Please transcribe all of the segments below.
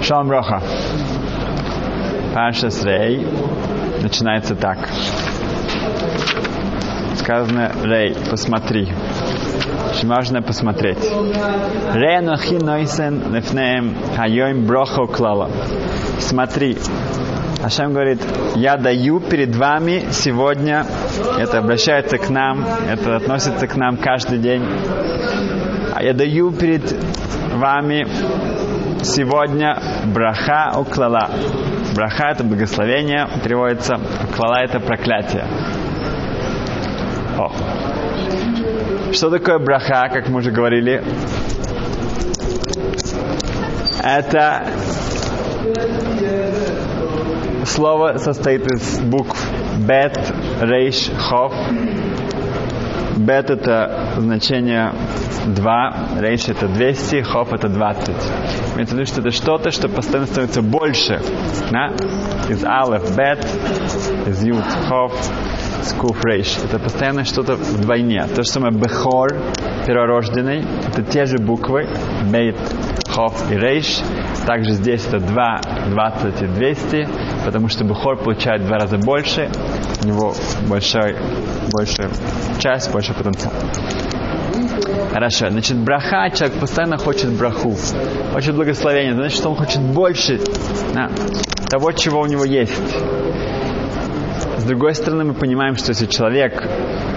Шалом броха. Паршас Рей начинается так. Сказано: Рей, посмотри. Очень важно посмотреть. Рей нохи нойсен лефнеем хайоим броха клала. Смотри. Ашем говорит: я даю перед вами сегодня, это обращается к нам, это относится к нам каждый день. А я даю перед вами сегодня браха уклала. Браха — это благословение, переводится. Уклала — это проклятие. Что такое браха, как мы уже говорили? Это слово состоит из букв бет, рейш, хов. Бет — это значение 2, рейш — это 200, хов — это 20. Имеется в виду, что это что-то, что постоянно становится больше. Да? Из алеф бет, из ют хов, из куф рейш. Это постоянно что-то вдвойне. То же самое бехор, перворожденный, это те же буквы бет, хов и рейш. Также здесь это 2, 20 и 200, потому что бехор получает в 2 раза больше, у него большая часть, больше потенциал. Хорошо, значит, браха, человек постоянно хочет браху, хочет благословения, значит, что он хочет больше того, чего у него есть. С другой стороны, мы понимаем, что если человек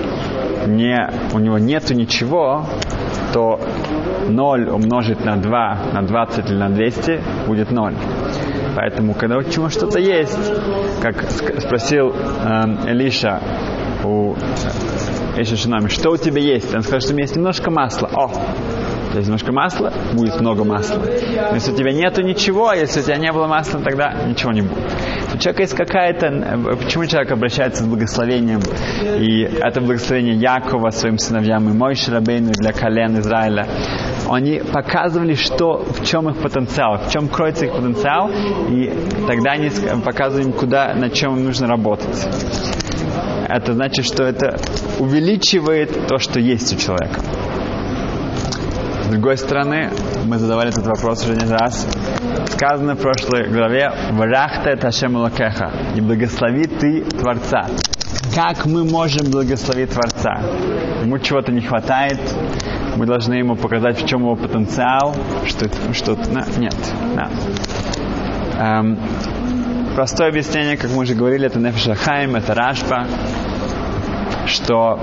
у него нету ничего, то 0 умножить на 2, на 20 или на 200 будет 0. Поэтому, когда у него что-то есть, как спросил Элиша у Эйша Шинами, что у тебя есть? Он сказал, что у меня есть немножко масла. Есть немножко масла, будет много масла. Но если у тебя нету ничего, если у тебя не было масла, тогда ничего не будет. У человека есть какая-то... Почему человек обращается с благословением? И это благословение Якова своим сыновьям и Мойше Рабейну для колен Израиля. Они показывали, в чем их потенциал, в чем кроется их потенциал, и тогда они показывали им, над чем им нужно работать. Это значит, что это увеличивает то, что есть у человека. С другой стороны, мы задавали этот вопрос уже не раз. Сказано в прошлой главе: «Варахта эт Ашем Элокеха», и благослови ты Творца. Как мы можем благословить Творца? Ему чего-то не хватает, мы должны ему показать, в чем его потенциал, нет. Простое объяснение, как мы уже говорили, это Нефеш ха-Хаим, это Рашба, что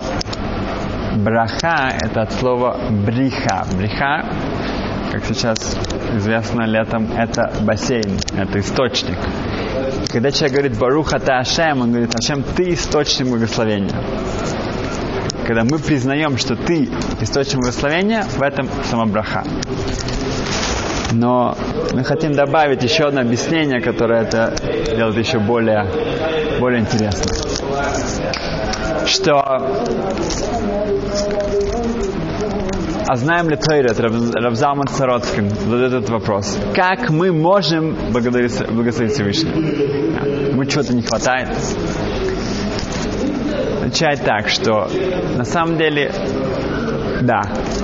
браха — это от слова бриха. Бриха, как сейчас известно летом, это бассейн, это источник. Когда человек говорит «Барух ата Ашем», он говорит: «Ашем, ты источник благословения». Когда мы признаем, что ты источник благословения, в этом сама браха. Но мы хотим добавить еще одно объяснение, которое это делает еще более интересно. А знаем ли Тойрет? Рав Залман Сородкин задает этот вопрос. Как мы можем благословить Всевышнего? Ему чего-то не хватает. Отвечает так, что на самом деле, да.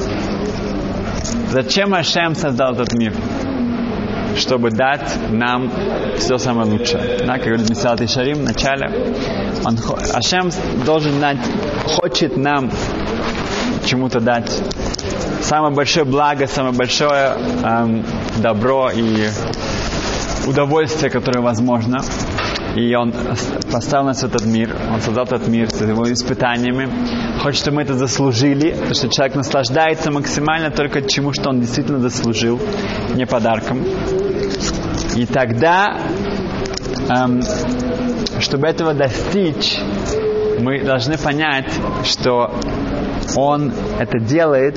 Зачем Ашем создал этот мир? Чтобы дать нам все самое лучшее. Как говорит Месилат Ешарим в начале, Ашем хочет нам чему-то дать. Самое большое благо, самое большое добро и удовольствие, которое возможно. И Он поставил нас в этот мир. Он создал этот мир с его испытаниями. Хочет, чтобы мы это заслужили. Потому что человек наслаждается максимально только чему, что он действительно заслужил. Не подарком. И тогда, чтобы этого достичь, мы должны понять, что Он это делает.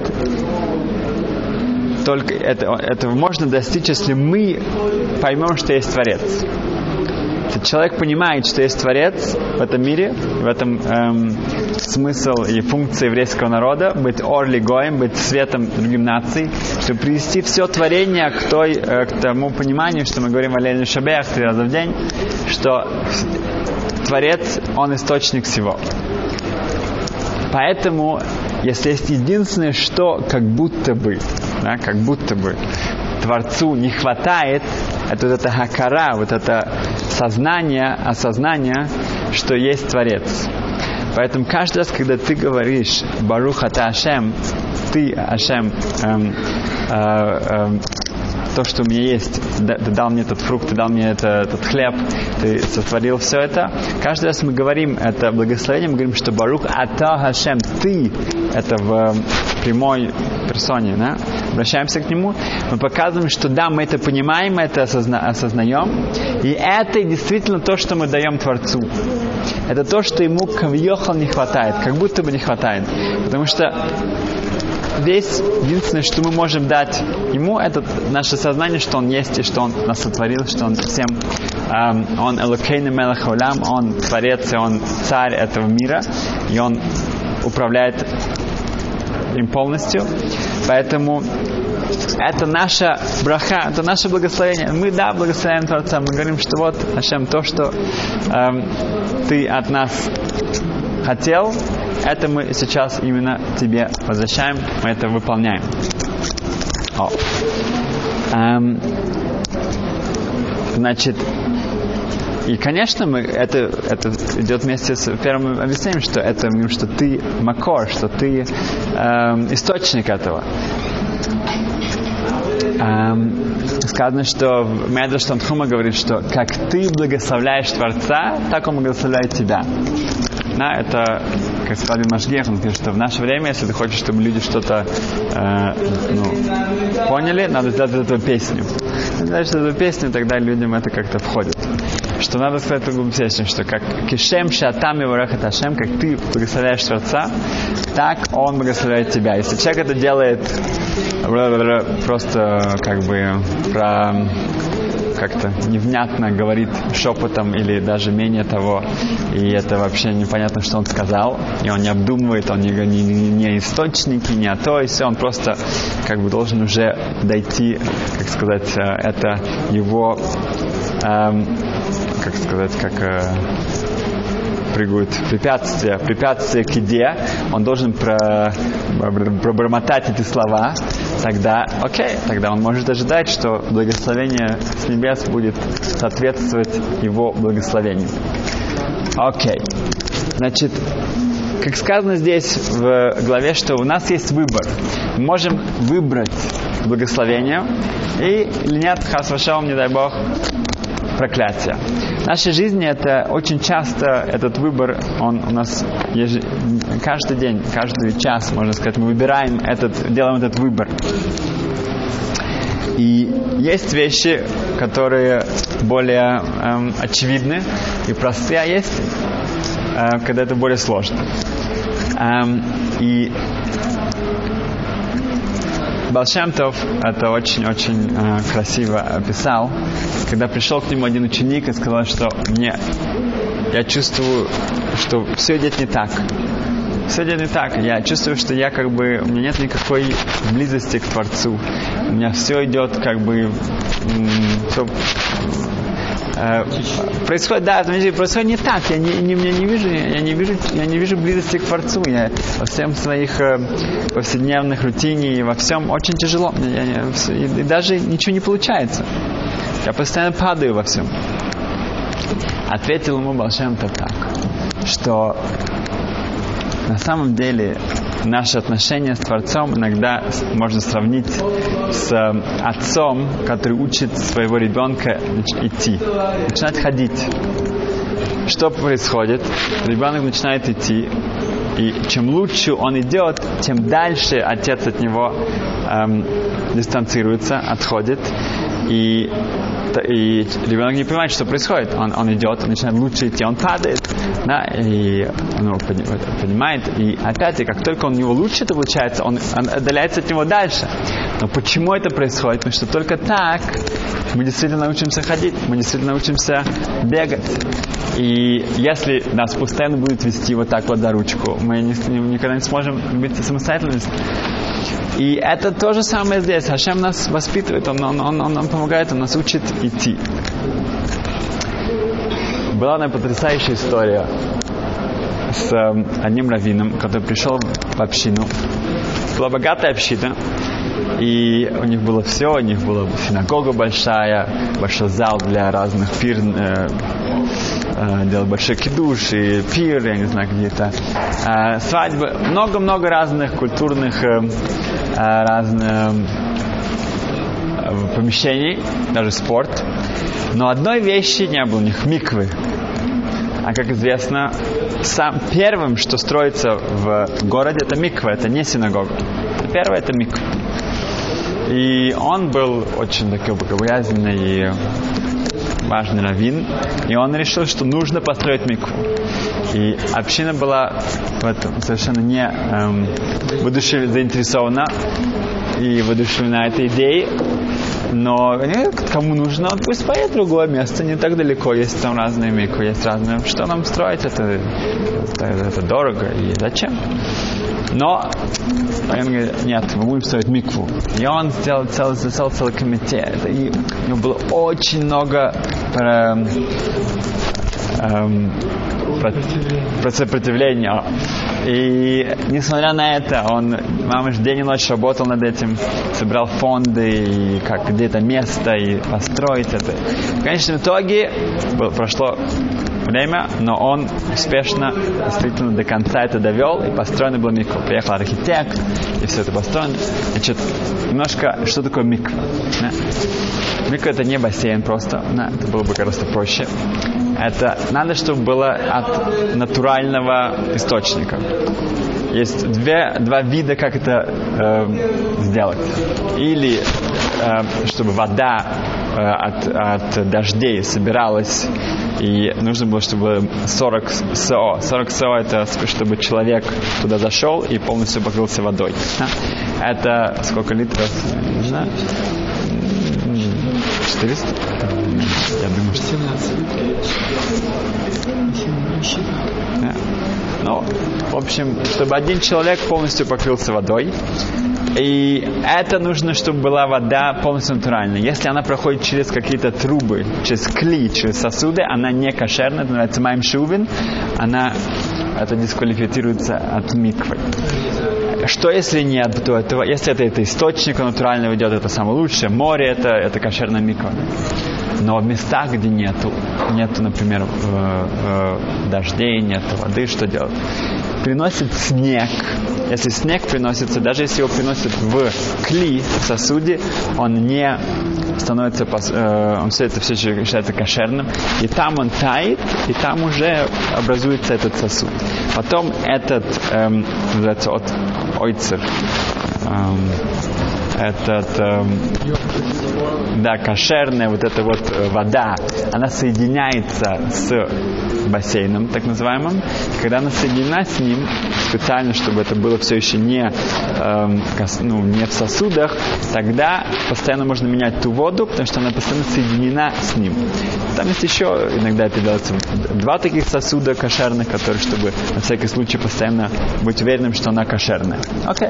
Только этого можно достичь, если мы поймем, что есть Творец. Если человек понимает, что есть Творец в этом мире, в этом смысл и функция еврейского народа, быть орли гоем, быть светом другим наций, чтобы привести все творение к тому пониманию, что мы говорим в Алейну Шабеах 3 раза в день, что Творец, Он источник всего. Поэтому, если есть единственное, что как будто бы, Творцу не хватает, это вот это хакара, вот это осознание, что есть Творец. Поэтому каждый раз, когда ты говоришь «Барух ата Ашем», ты, Ашем, то, что у меня есть, ты дал мне этот фрукт, ты дал мне этот хлеб, ты сотворил все это. Каждый раз мы говорим это благословение, мы говорим, что Барух ата Ашем, ты, это в прямой персоне, да? Обращаемся к нему, мы показываем, что да, мы это понимаем, мы это осознаем, и это действительно то, что мы даем Творцу. Это то, что ему кавьехал не хватает, как будто бы не хватает. Потому что здесь единственное, что мы можем дать ему, это наше сознание, что он есть, и что он нас сотворил, что он всем, он Элокейну мелех олам, он Творец, и он царь этого мира, и он управляет им полностью. Поэтому это наша браха, это наше благословение. Мы, да, благословляем Творца. Мы говорим, что вот, Ашем, то, что ты от нас хотел, это мы сейчас именно тебе возвращаем, мы это выполняем. Значит, и, конечно, это идет вместе с первым объяснением, что это, что ты макор, что ты источник этого. Сказано, что Медраш Танхума говорит, что как ты благословляешь Творца, так он благословляет тебя. Да, это, как сказал Машгех, он говорит, что в наше время, если ты хочешь, чтобы люди что-то поняли, надо сделать эту песню. Значит, эту песню, тогда людям это как-то входит. Что надо сказать такую песню, что как кишем шатам и варахат Ашем, как ты благословляешь Творца, так он благословляет тебя. Если человек это делает просто как-то невнятно говорит шепотом или даже менее того, и это вообще непонятно, что он сказал, и он не обдумывает, он не источники, не а то, и все, он просто должен уже дойти, это его, прыгают препятствие к еде, он должен пробормотать эти слова, тогда он может ожидать, что благословение с небес будет соответствовать его благословению. Значит, как сказано здесь в главе, что у нас есть выбор. Мы можем выбрать благословение или нет, хас вашалом, не дай Бог, проклятие. В нашей жизни это очень часто, этот выбор, он у нас каждый день, каждый час, можно сказать, мы выбираем делаем этот выбор. И есть вещи, которые более очевидны и простые, а есть, когда это более сложно. И Баал Шем Тов это очень-очень красиво описал, когда пришел к нему один ученик и сказал, что я чувствую, что все идет не так. Все идет не так. Я чувствую, что у меня нет никакой близости к Творцу. У меня все идет происходит не так. Я не вижу близости к Творцу. Я во всем своих повседневных рутине и во всем очень тяжело. И даже ничего не получается. Я постоянно падаю во всем. Ответил ему Баал Шем Тов так, что на самом деле наши отношения с Творцом иногда можно сравнить с отцом, который учит своего ребенка идти, начинать ходить. Что происходит? Ребенок начинает идти, и чем лучше он идет, тем дальше отец от него дистанцируется, отходит, и ребенок не понимает, что происходит. Он идет, он начинает лучше идти, он падает, да, и он понимает, и опять, как только у него лучше это получается, он отдаляется от него дальше. Но почему это происходит? Потому что только так мы действительно научимся ходить, мы действительно научимся бегать. И если нас постоянно будет вести вот так вот за ручку, мы никогда не сможем быть самостоятельными. И это то же самое здесь. Ашем нас воспитывает, он нам помогает, он нас учит идти. Была одна потрясающая история с одним раввином, который пришел в общину. Была богатая община, И у них было все, у них была синагога большой зал для разных пир, делал большой кидуш и пир, я не знаю, где-то свадьбы, много-много разных культурных разных помещений, даже спорт. Но одной вещи не было у них — миквы. А как известно, первым, что строится в городе, это миква, это не синагога. Первое — это миква. И он был очень такой богобоязненный и важный раввин. И он решил, что нужно построить микву. И община была в этом совершенно не заинтересована и воодушевлена этой идеей. Но кому нужно, он пусть поедет в другое место, не так далеко, есть там разные миквы, есть разные. Что нам строить? Это дорого, и зачем? Но он говорит: нет, мы будем строить микву. И он сделал целый комитет. И у него было очень много сопротивления. И несмотря на это, он день и ночь работал над этим, собирал фонды, и где-то место, и построить это. В конечном итоге прошло время, но он успешно, действительно, до конца это довел, и построена была миква. Приехал архитектор, и все это построено. Значит, немножко, что такое миква? Да? Миква — это не бассейн просто, да, это было бы гораздо проще. Это надо, чтобы было от натурального источника. Есть два вида, как это сделать. Или чтобы вода от дождей собиралась, и нужно было, чтобы 40 СО. 40 СО — это чтобы человек туда зашел и полностью покрылся водой. Это сколько литров? Не знаю. 400? Я думаю, что 17. Да. Ну, в общем, чтобы один человек полностью покрылся водой. И это нужно, чтобы была вода полностью натуральная. Если она проходит через какие-то трубы, через кли, через сосуды, она не кошерная, это называется маим шувин, это дисквалифицируется от миквы. Что если нет, то этого, если это источник натурального идет, это самое лучшее. Море это кошерная миква. Но в местах, где нету, например, дождей, нету воды, что делать? Приносит снег. Если снег приносится, даже если его приносят в кли, в сосуде, он не становится, он все еще считается кошерным, и там он тает, и там уже образуется этот сосуд. Потом называется ойцер, кошерная вода, она соединяется с бассейном, так называемым. И когда она соединена с ним, специально, чтобы это было все еще не в сосудах, тогда постоянно можно менять ту воду, потому что она постоянно соединена с ним. Там есть еще, иногда это делается, 2 таких сосуда кошерных, которые, чтобы на всякий случай постоянно быть уверенным, что она кошерная. Окей.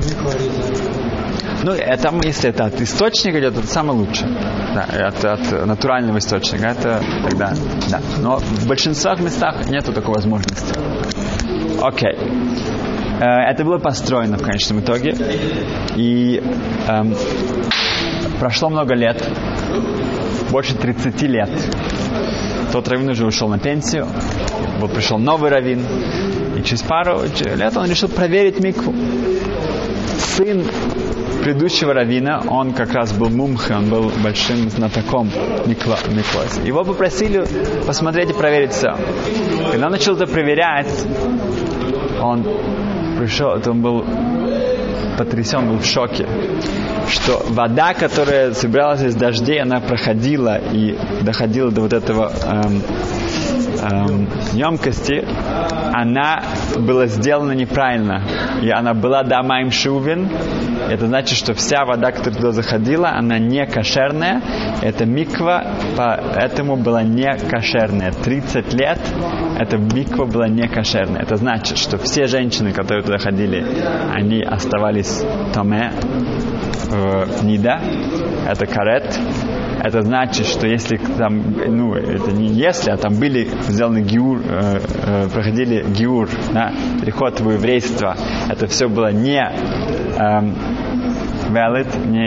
Ну, если это от источника идет, это самое лучшее. Да, от натурального источника. Это тогда, да. Но в большинстве местах нету такой возможности. Окей. Это было построено в конечном итоге. И прошло много лет. Больше 30 лет. Тот раввин уже ушел на пенсию. Пришел новый раввин. И через пару лет он решил проверить микву. Сын предыдущего раввина, он как раз был мумхе, он был большим знатоком миквос. Его попросили посмотреть и проверить все. Когда он начал это проверять, он был потрясен, был в шоке, что вода, которая собиралась из дождей, она проходила и доходила до этого емкости, она была сделана неправильно. И она была маим шувин. Это значит, что вся вода, которая туда заходила, она не кошерная. Эта миква поэтому была не кошерная. 30 лет эта миква была не кошерная. Это значит, что все женщины, которые туда ходили, они оставались томе, нида. Это карет. Это значит, что если там, это не если, а там были сделаны гиур, проходили гиур, да, переход в еврейство, это все было не valid,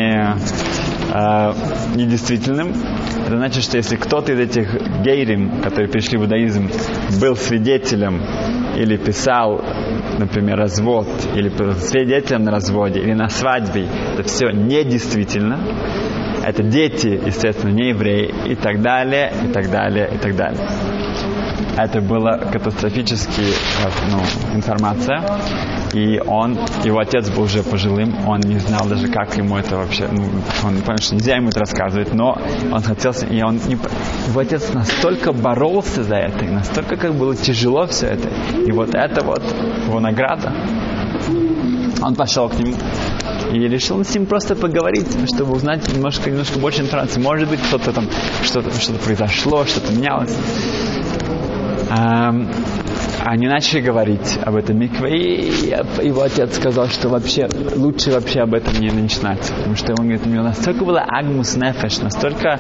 недействительным. Это значит, что если кто-то из этих гейрим, которые пришли в иудаизм, был свидетелем или писал, например, развод, или свидетелем на разводе, или на свадьбе, это все недействительно. Это дети, естественно, не евреи, и так далее, и так далее, и так далее. Это была катастрофическая информация. И его отец был уже пожилым, он не знал даже, как ему это вообще, он понял, что нельзя ему это рассказывать, но он хотел, его отец настолько боролся за это, и настолько было тяжело все это, и это его награда. Он пошел к нему и решил с ним просто поговорить, чтобы узнать немножко больше информации. Может быть, что-то произошло, что-то менялось. Они начали говорить об этом микве, и его отец сказал, что лучше об этом не начинать. Потому что он говорит, у него настолько было агмус нефеш, настолько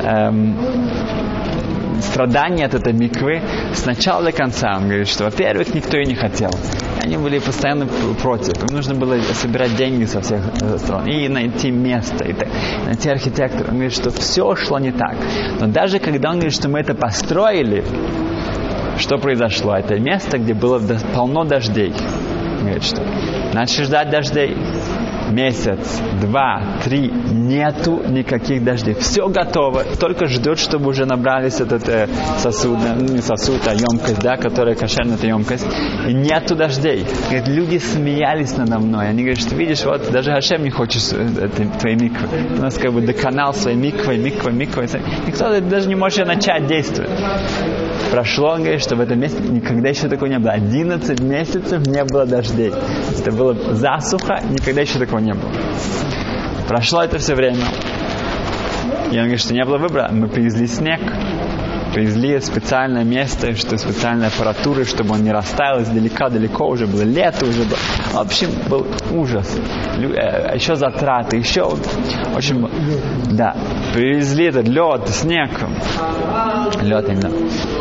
страдания от этой миквы с начала до конца. Он говорит, что, во-первых, никто ее не хотел. Они были постоянно против. Им нужно было собирать деньги со всех сторон и найти место, и найти архитектора. Он говорит, что все шло не так. Но даже когда он говорит, что мы это построили, что произошло? Это место, где было полно дождей. Говорит, что начали ждать дождей. Месяц, 2, 3, нету никаких дождей. Все готово, только ждет, чтобы уже набрались этот сосуд, не сосуд, а емкость, которая кошерная, это емкость. И нету дождей. Говорит, люди смеялись надо мной. Они говорят, что видишь, даже Хашем не хочет твоей миквы. У нас доконал своей миквой. Никто даже не может начать действовать. Прошло, он говорит, что в этом месте никогда еще такого не было. 11 месяцев не было дождей. Это было засуха, никогда еще такого не было. Прошло это все время. И он говорит, что не было выбора. Мы привезли снег. Привезли специальное место, специальной аппаратуры, чтобы он не растаял далеко уже было лето, уже было. В общем, был ужас. Еще затраты, еще очень... Да, привезли этот лед, снег. Лед именно.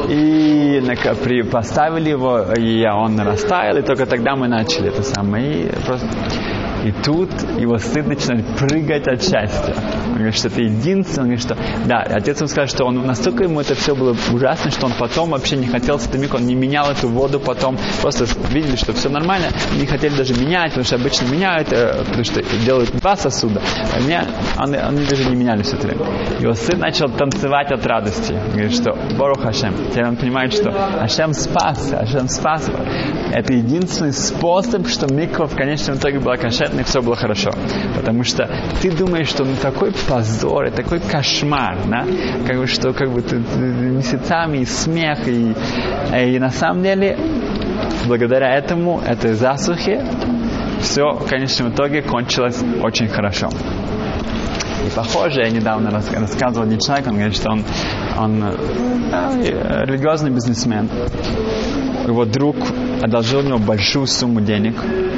И поставили его, и он растаял, и только тогда мы начали это самое. И тут его сын начинает прыгать от счастья. Он говорит, что это единственное. Он говорит, что... Да, отец ему сказал, что настолько ему это все было ужасно, что он потом вообще не хотел с этой миквой, он не менял эту воду потом. Просто видели, что все нормально. Не хотели даже менять, потому что обычно меняют, потому что делают 2 сосуда. Они даже не меняли все это время. Его сын начал танцевать от радости. Он говорит, что Борух Хашем. Теперь он понимает, что Хашем спас. Это единственный способ, что миква в конечном итоге была кошерной, и все было хорошо. Потому что ты думаешь, что такой позор, и такой кошмар, да? Что ты месяцами и смех, и на самом деле, благодаря этой засухе, все в конечном итоге кончилось очень хорошо. И похоже, я недавно рассказывал один человек, он говорит, что он религиозный бизнесмен. Его друг одолжил у него большую сумму денег.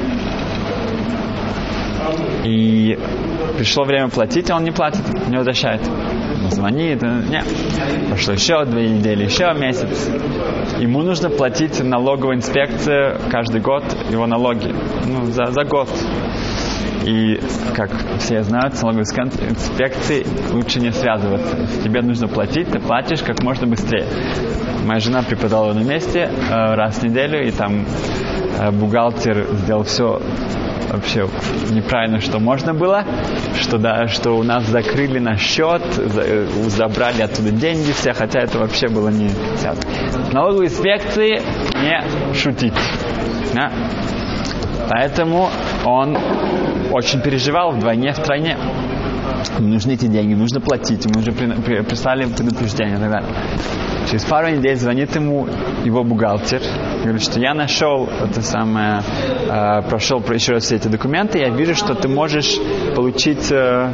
И пришло время платить, а он не платит, не возвращает. Он звонит, нет. Прошло еще 2 недели, еще месяц. Ему нужно платить налоговой инспекции каждый год его налоги. За год. И, как все знают, с налоговой инспекцией лучше не связываться. Если тебе нужно платить, ты платишь как можно быстрее. Моя жена преподавала на месте раз в неделю, и там бухгалтер сделал все вообще неправильно, что можно было, что у нас закрыли на счет, забрали оттуда деньги все, хотя это вообще было не связано. С налоговой инспекцией не шутить. Да? Поэтому он очень переживал вдвойне, втройне. Ему нужны эти деньги, нужно платить, ему уже прислали предупреждение и так далее. Через пару недель звонит ему его бухгалтер, говорит, что я нашел прошел еще раз все эти документы, я вижу, что ты можешь получить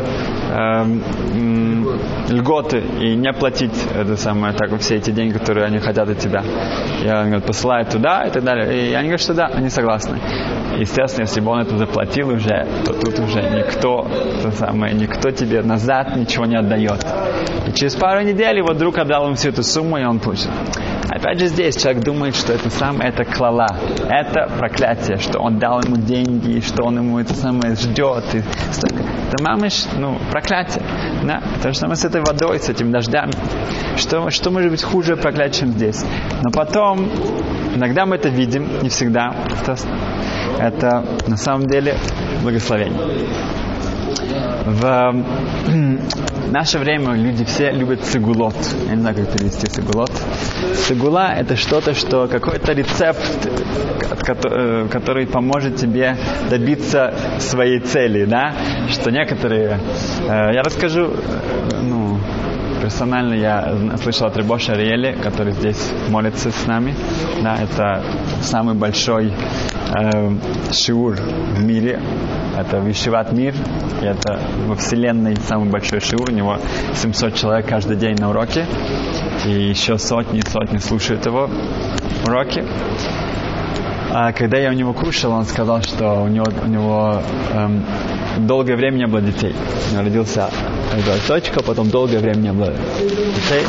льготы и не платить все эти деньги, которые они хотят от тебя. И он говорит, посылает туда и так далее. И они говорят, что да, они согласны. Естественно, если бы он это заплатил уже, то тут уже никто тебе назад ничего не отдает. И через пару недель его друг отдал ему всю эту сумму, и он получил. Опять же здесь человек думает, что это клала, это проклятие, что он дал ему деньги, что он ему это самое ждет. Это мамыш, проклятие. Да? То же самое с этой водой, с этим дождями. Что может быть хуже проклятия, чем здесь? Но потом, иногда мы это видим, не всегда. Это на самом деле благословение. В наше время люди все любят цигулот. Я не знаю, как перевести цигулот. Цигула – это что-то, что какой-то рецепт, который поможет тебе добиться своей цели, да? Что некоторые... Я расскажу... Персонально я слышал от Ребоша Ариэля, который здесь молится с нами. Да, это самый большой шиур в мире. Это Вишиват Мир. И это во вселенной самый большой шиур. У него 700 человек каждый день на уроке. И еще сотни и сотни слушают его уроки. А когда я у него кушал, он сказал, что у него долгое время не было детей. У него родился дочка, потом долгое время не было детей.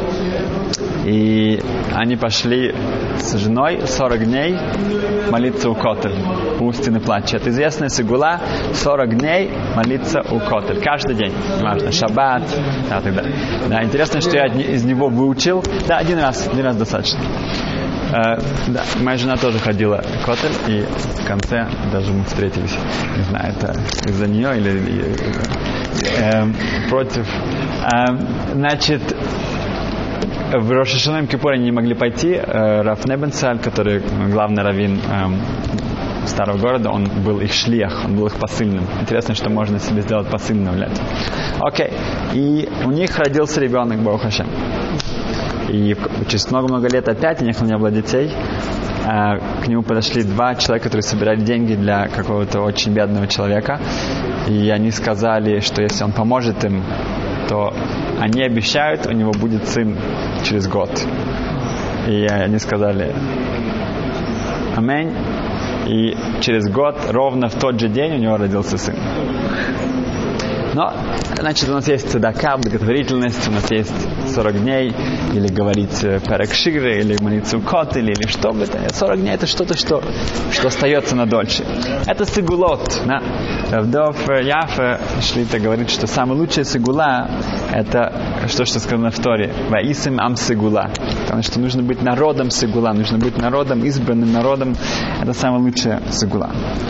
И они пошли с женой 40 дней молиться у Котель, у стены плача. Это известная сигула, 40 дней молиться у Котель. Каждый день, неважно, шаббат, да, так далее. Да, интересно, что я из него выучил. Да, один раз достаточно. Да, моя жена тоже ходила в Котель, и в конце даже мы встретились. Не знаю, это из-за нее или против. Значит, в Рош ха-Шана Йом Кипур они не могли пойти. Рав Небенцаль, который главный раввин старого города, он был их шлиах, он был их посыльным. Интересно, что можно себе сделать посыльным летом. Окей. И у них родился ребенок, Барух Ашем. И через много-много лет опять у них не было детей. К нему подошли два человека, которые собирали деньги для какого-то очень бедного человека. И они сказали, что если он поможет им, то они обещают, у него будет сын через год. И они сказали аминь. И через год, ровно в тот же день, у него родился сын. Но, значит, у нас есть цедака, благотворительность, у нас есть 40 дней, или говорить перек ширы, или молиться у Котель, или что бы это. 40 дней это что-то, что остается надольше. Это сигулот. Да? Вдов Яфа Шлита говорит, что самая лучшая сигула это что сказано в Торе. Ваисим ам сигула. Потому что нужно быть народом сигула, нужно быть народом, избранным народом. Это самая лучшая сигула.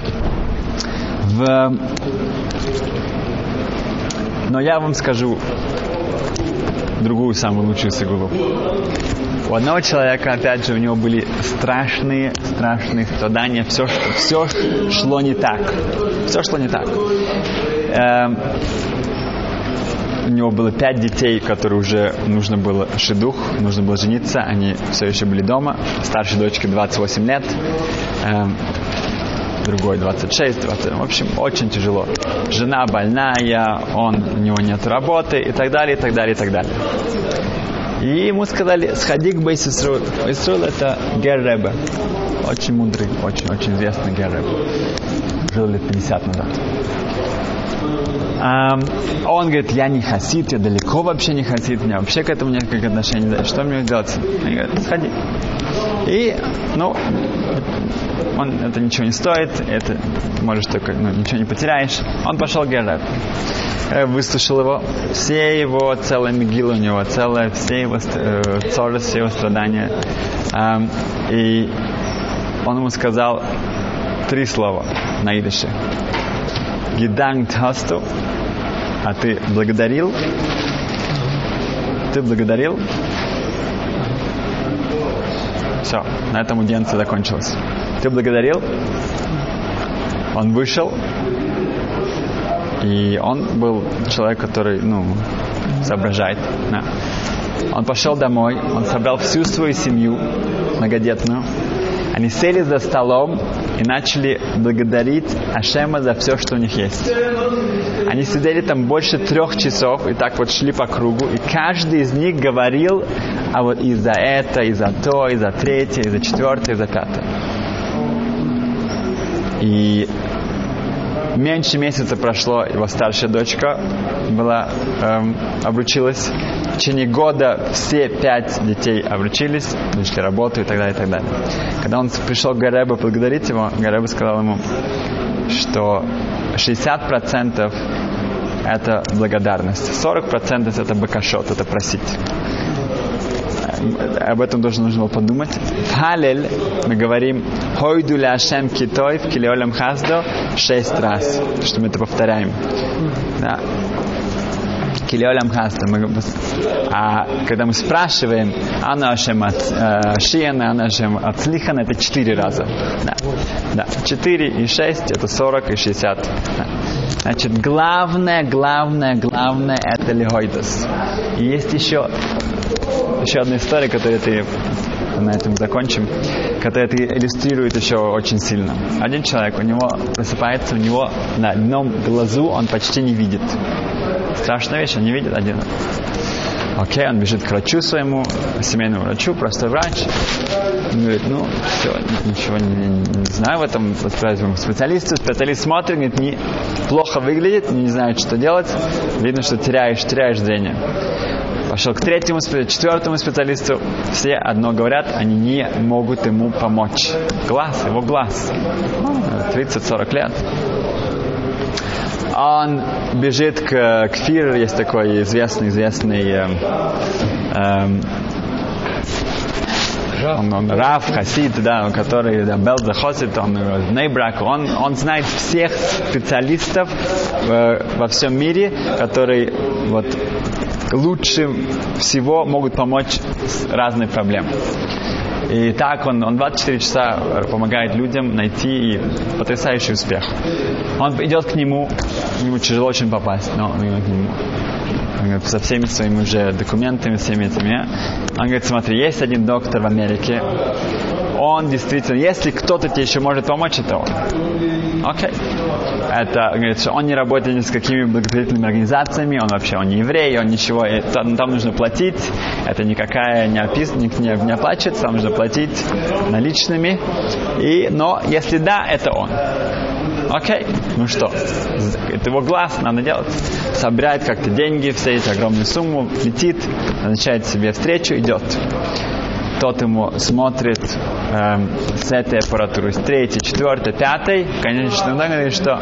Но я вам скажу другую самую лучшую сигулу. У одного человека, опять же, у него были страшные страдания. Все шло не так. Все шло не так. У него было 5 детей, которые уже нужно было шидух, нужно было жениться. Они все еще были дома. Старшей дочке 28 лет. Другой 26, 20. В общем, очень тяжело. Жена больная, у него нет работы и так далее, и так далее, и так далее. И ему сказали, сходи к Бейс Исруэл. Исруэл это Гер Ребе. Очень мудрый, очень известный Гер Ребе. Жил лет 50 назад. Он говорит, я не хасид, я далеко вообще не хасид, у меня вообще к этому никаких отношений нет. Что мне делать? Они говорят, сходи. И, это ничего не стоит, это можешь только, ничего не потеряешь. Он пошел к Гер Ребе. Выслушал его, все его, целая мегила у него, все его цоры, все его страдания. И он ему сказал 3 слова на идише. Gedankt hast du? А ты благодарил? Ты благодарил? Все, на этом аудиенция закончилась. Ты благодарил? Он вышел. И он был человек, который, соображает. Да. Он пошел домой, он собрал всю свою семью многодетную. Они сели за столом и начали благодарить Ашема за все, что у них есть. Они сидели там больше 3 часов и так вот шли по кругу. И каждый из них говорил, а вот и за это, и за то, и за 3, и за 4, и за 5. И меньше месяца прошло, его старшая дочка обручилась. В течение года все 5 детей обручились, нашли работу и так далее, и так далее. Когда он пришел к Гаребе благодарить его, Гаребе сказал ему, что 60% это благодарность, 40% это бакашот, это просить. Об этом тоже нужно было подумать. В Халель мы говорим «Хойду ля Ашем китойв килеолем хаздо» 6 раз, что мы это повторяем. Да. Килеолем хаздо. А когда мы спрашиваем «Ана Ашем от Шиена, Ана Ашем от Слихана», это 4 раза. Да. 4 и 6 это 40 и 60. Да. Значит, главное это лихойдос. И есть еще одна история, которую на этом закончим, которая это иллюстрирует еще очень сильно. Один человек, у него просыпается, у него на одном глазу он почти не видит. Страшная вещь, он не видит один. Окей, он бежит к врачу своему, семейному врачу, простой врач. Он говорит, все, ничего не знаю в этом, отправим к специалисту. Специалист смотрит, говорит, плохо выглядит, не знает, что делать. Видно, что теряешь зрение. Пошел к 3-му, 4-му специалисту. Все одно говорят, они не могут ему помочь. Его глаз. 30-40 лет. Он бежит к Фирер, есть такой известный он Рав, Хасид, да, который Белза Хосит, он Нейбрак, он знает всех специалистов во всем мире, которые лучше всего могут помочь с разной проблемой. И так он 24 часа помогает людям найти потрясающий успех. Он идет к нему тяжело очень попасть, но он идет к нему. Он говорит, со всеми своими уже документами, всеми этими. Он говорит, смотри, есть один доктор в Америке, он действительно, если кто-то тебе еще может помочь, это он. Окей. Это, говорит, что он не работает ни с какими благотворительными организациями, он не еврей, он ничего, там нужно платить, это никакая не оплачивается, там нужно платить наличными, но если да, это он. Окей, что? Это его глаз, надо делать. Собирает как-то деньги, все эти огромную сумму, летит, назначает себе встречу, идет. Тот ему смотрит с этой аппаратуры, с 3-й, 4-й, 5-й, конечно, он говорит, что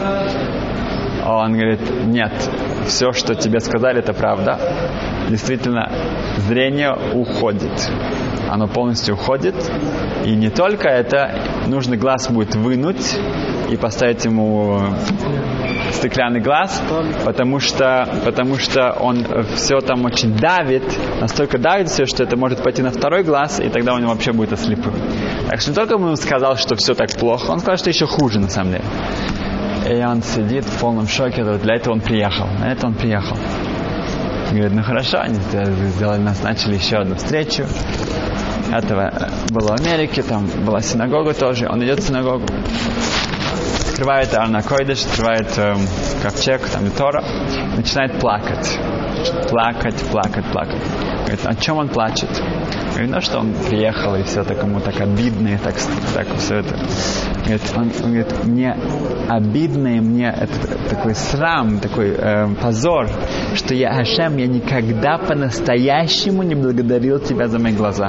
он говорит, нет, все, что тебе сказали, это правда. Действительно, зрение уходит. Оно полностью уходит. И не только это, нужно глаз будет вынуть и поставить ему стеклянный глаз, потому что он все там очень давит, настолько давит все, что это может пойти на второй глаз, и тогда он вообще будет ослепым. Так что не только он сказал, что все так плохо, он сказал, что еще хуже на самом деле. И он сидит в полном шоке, для этого он приехал. Говорит, хорошо, они назначили еще одну встречу. Это было в Америке, там была синагога тоже. Он идет в синагогу, открывает Арна Койдеш, открывает ковчег, там и Тора, начинает плакать. Плакать. Говорит, о чем он плачет? Говорит, что он приехал, и все так ему так обидно, и так все это. Говорит, он говорит, мне обидно, и мне это такой срам, такой позор, что я никогда по-настоящему не благодарил тебя за мои глаза.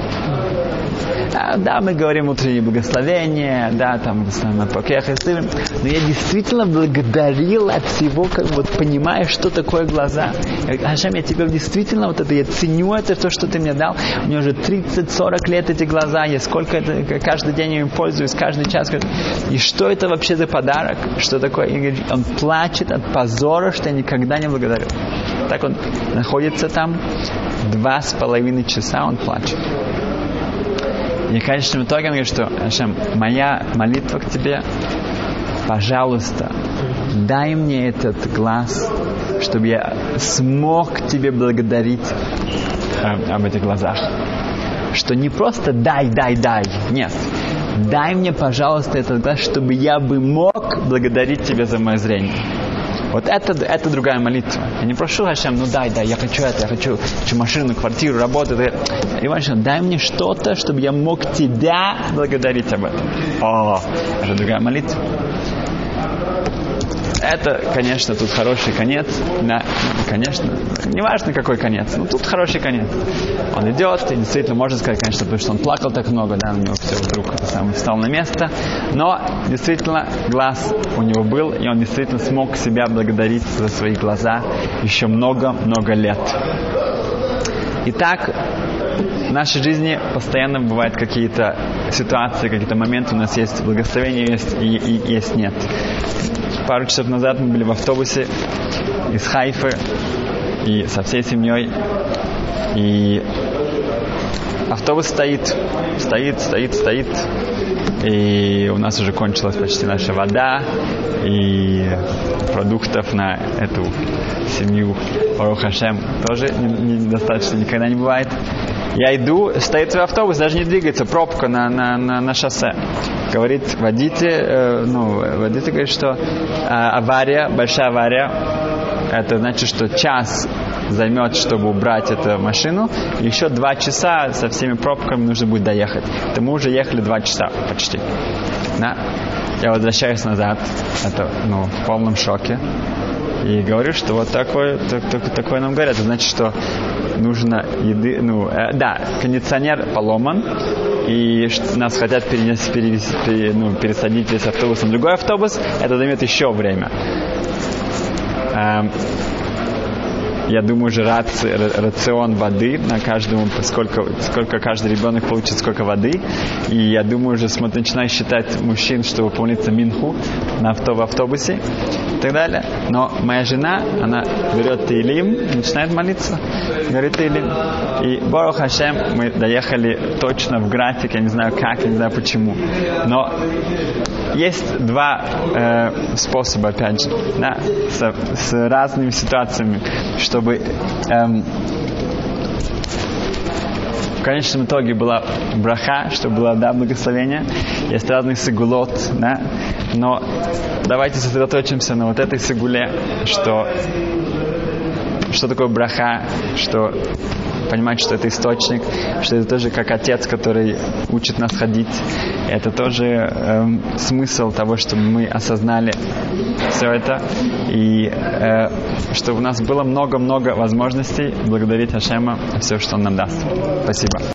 Да, мы говорим утреннее благословение, да, там, но я действительно благодарил от всего, понимая, что такое глаза. Ашем, я тебе действительно я ценю это, то, что ты мне дал. У меня уже 30-40 лет эти глаза, я каждый день им пользуюсь, каждый час. И что это вообще за подарок? Что такое? И он плачет от позора, что я никогда не благодарил. Так он находится там 2,5 часа, он плачет. И в конечном итоге он говорит, что Ашем, моя молитва к тебе, пожалуйста, дай мне этот глаз, чтобы я смог тебе благодарить об этих глазах. Что не просто дай, нет. Дай мне, пожалуйста, этот глаз, чтобы я бы мог благодарить тебя за мое зрение. Вот это другая молитва. Я не прошу Ашем, дай, я хочу это, я хочу машину, квартиру, работу. И Ашем, дай мне что-то, чтобы я мог тебя благодарить об этом. Это другая молитва. это, конечно, тут хороший конец. Да, конечно, не важно, какой конец, но тут хороший конец. Он идет, и действительно, можно сказать, конечно, потому что он плакал так много, да, у него все вдруг встал на место. Но, действительно, глаз у него был, и он действительно смог себя благодарить за свои глаза еще много-много лет. Итак, в нашей жизни постоянно бывают какие-то ситуации, какие-то моменты, у нас есть благословение, есть и есть нет. Пару часов назад мы были в автобусе из Хайфы и со всей семьей, и автобус стоит, и у нас уже кончилась почти наша вода, и продуктов на эту семью, Барух Ашем, тоже недостаточно, никогда не бывает. Я иду, стоит автобус, даже не двигается, пробка на шоссе. Говорит водитель, водитель говорит, что авария, большая авария, это значит, что час займет, чтобы убрать эту машину, и еще 2 часа со всеми пробками нужно будет доехать. То мы уже ехали 2 часа почти. Да? Я возвращаюсь назад, это, в полном шоке, и говорю, что вот такое нам говорят. Это значит, что нужно еды, кондиционер поломан, и нас хотят пересадить весь автобус на другой автобус, это займет еще время. Я думаю, уже рацион воды на каждому, сколько каждый ребенок получит, сколько воды. И я думаю, уже начинаю считать мужчин, чтобы выполниться минху в автобусе и так далее. Но моя жена, она берет Теилим, начинает молиться, говорит Теилим. И Барух Ашем, мы доехали точно в график, я не знаю как, не знаю почему. Но есть 2 способа, опять же, да, с разными ситуациями, чтобы в конечном итоге была браха, чтобы было благословение. Есть разные сигулот, да, но давайте сосредоточимся на вот этой сигуле, что такое браха, что понимать, что это источник, что это тоже как отец, который учит нас ходить. Это тоже смысл того, чтобы мы осознали все это, и чтобы у нас было много-много возможностей благодарить Ашема за все, что Он нам даст. Спасибо.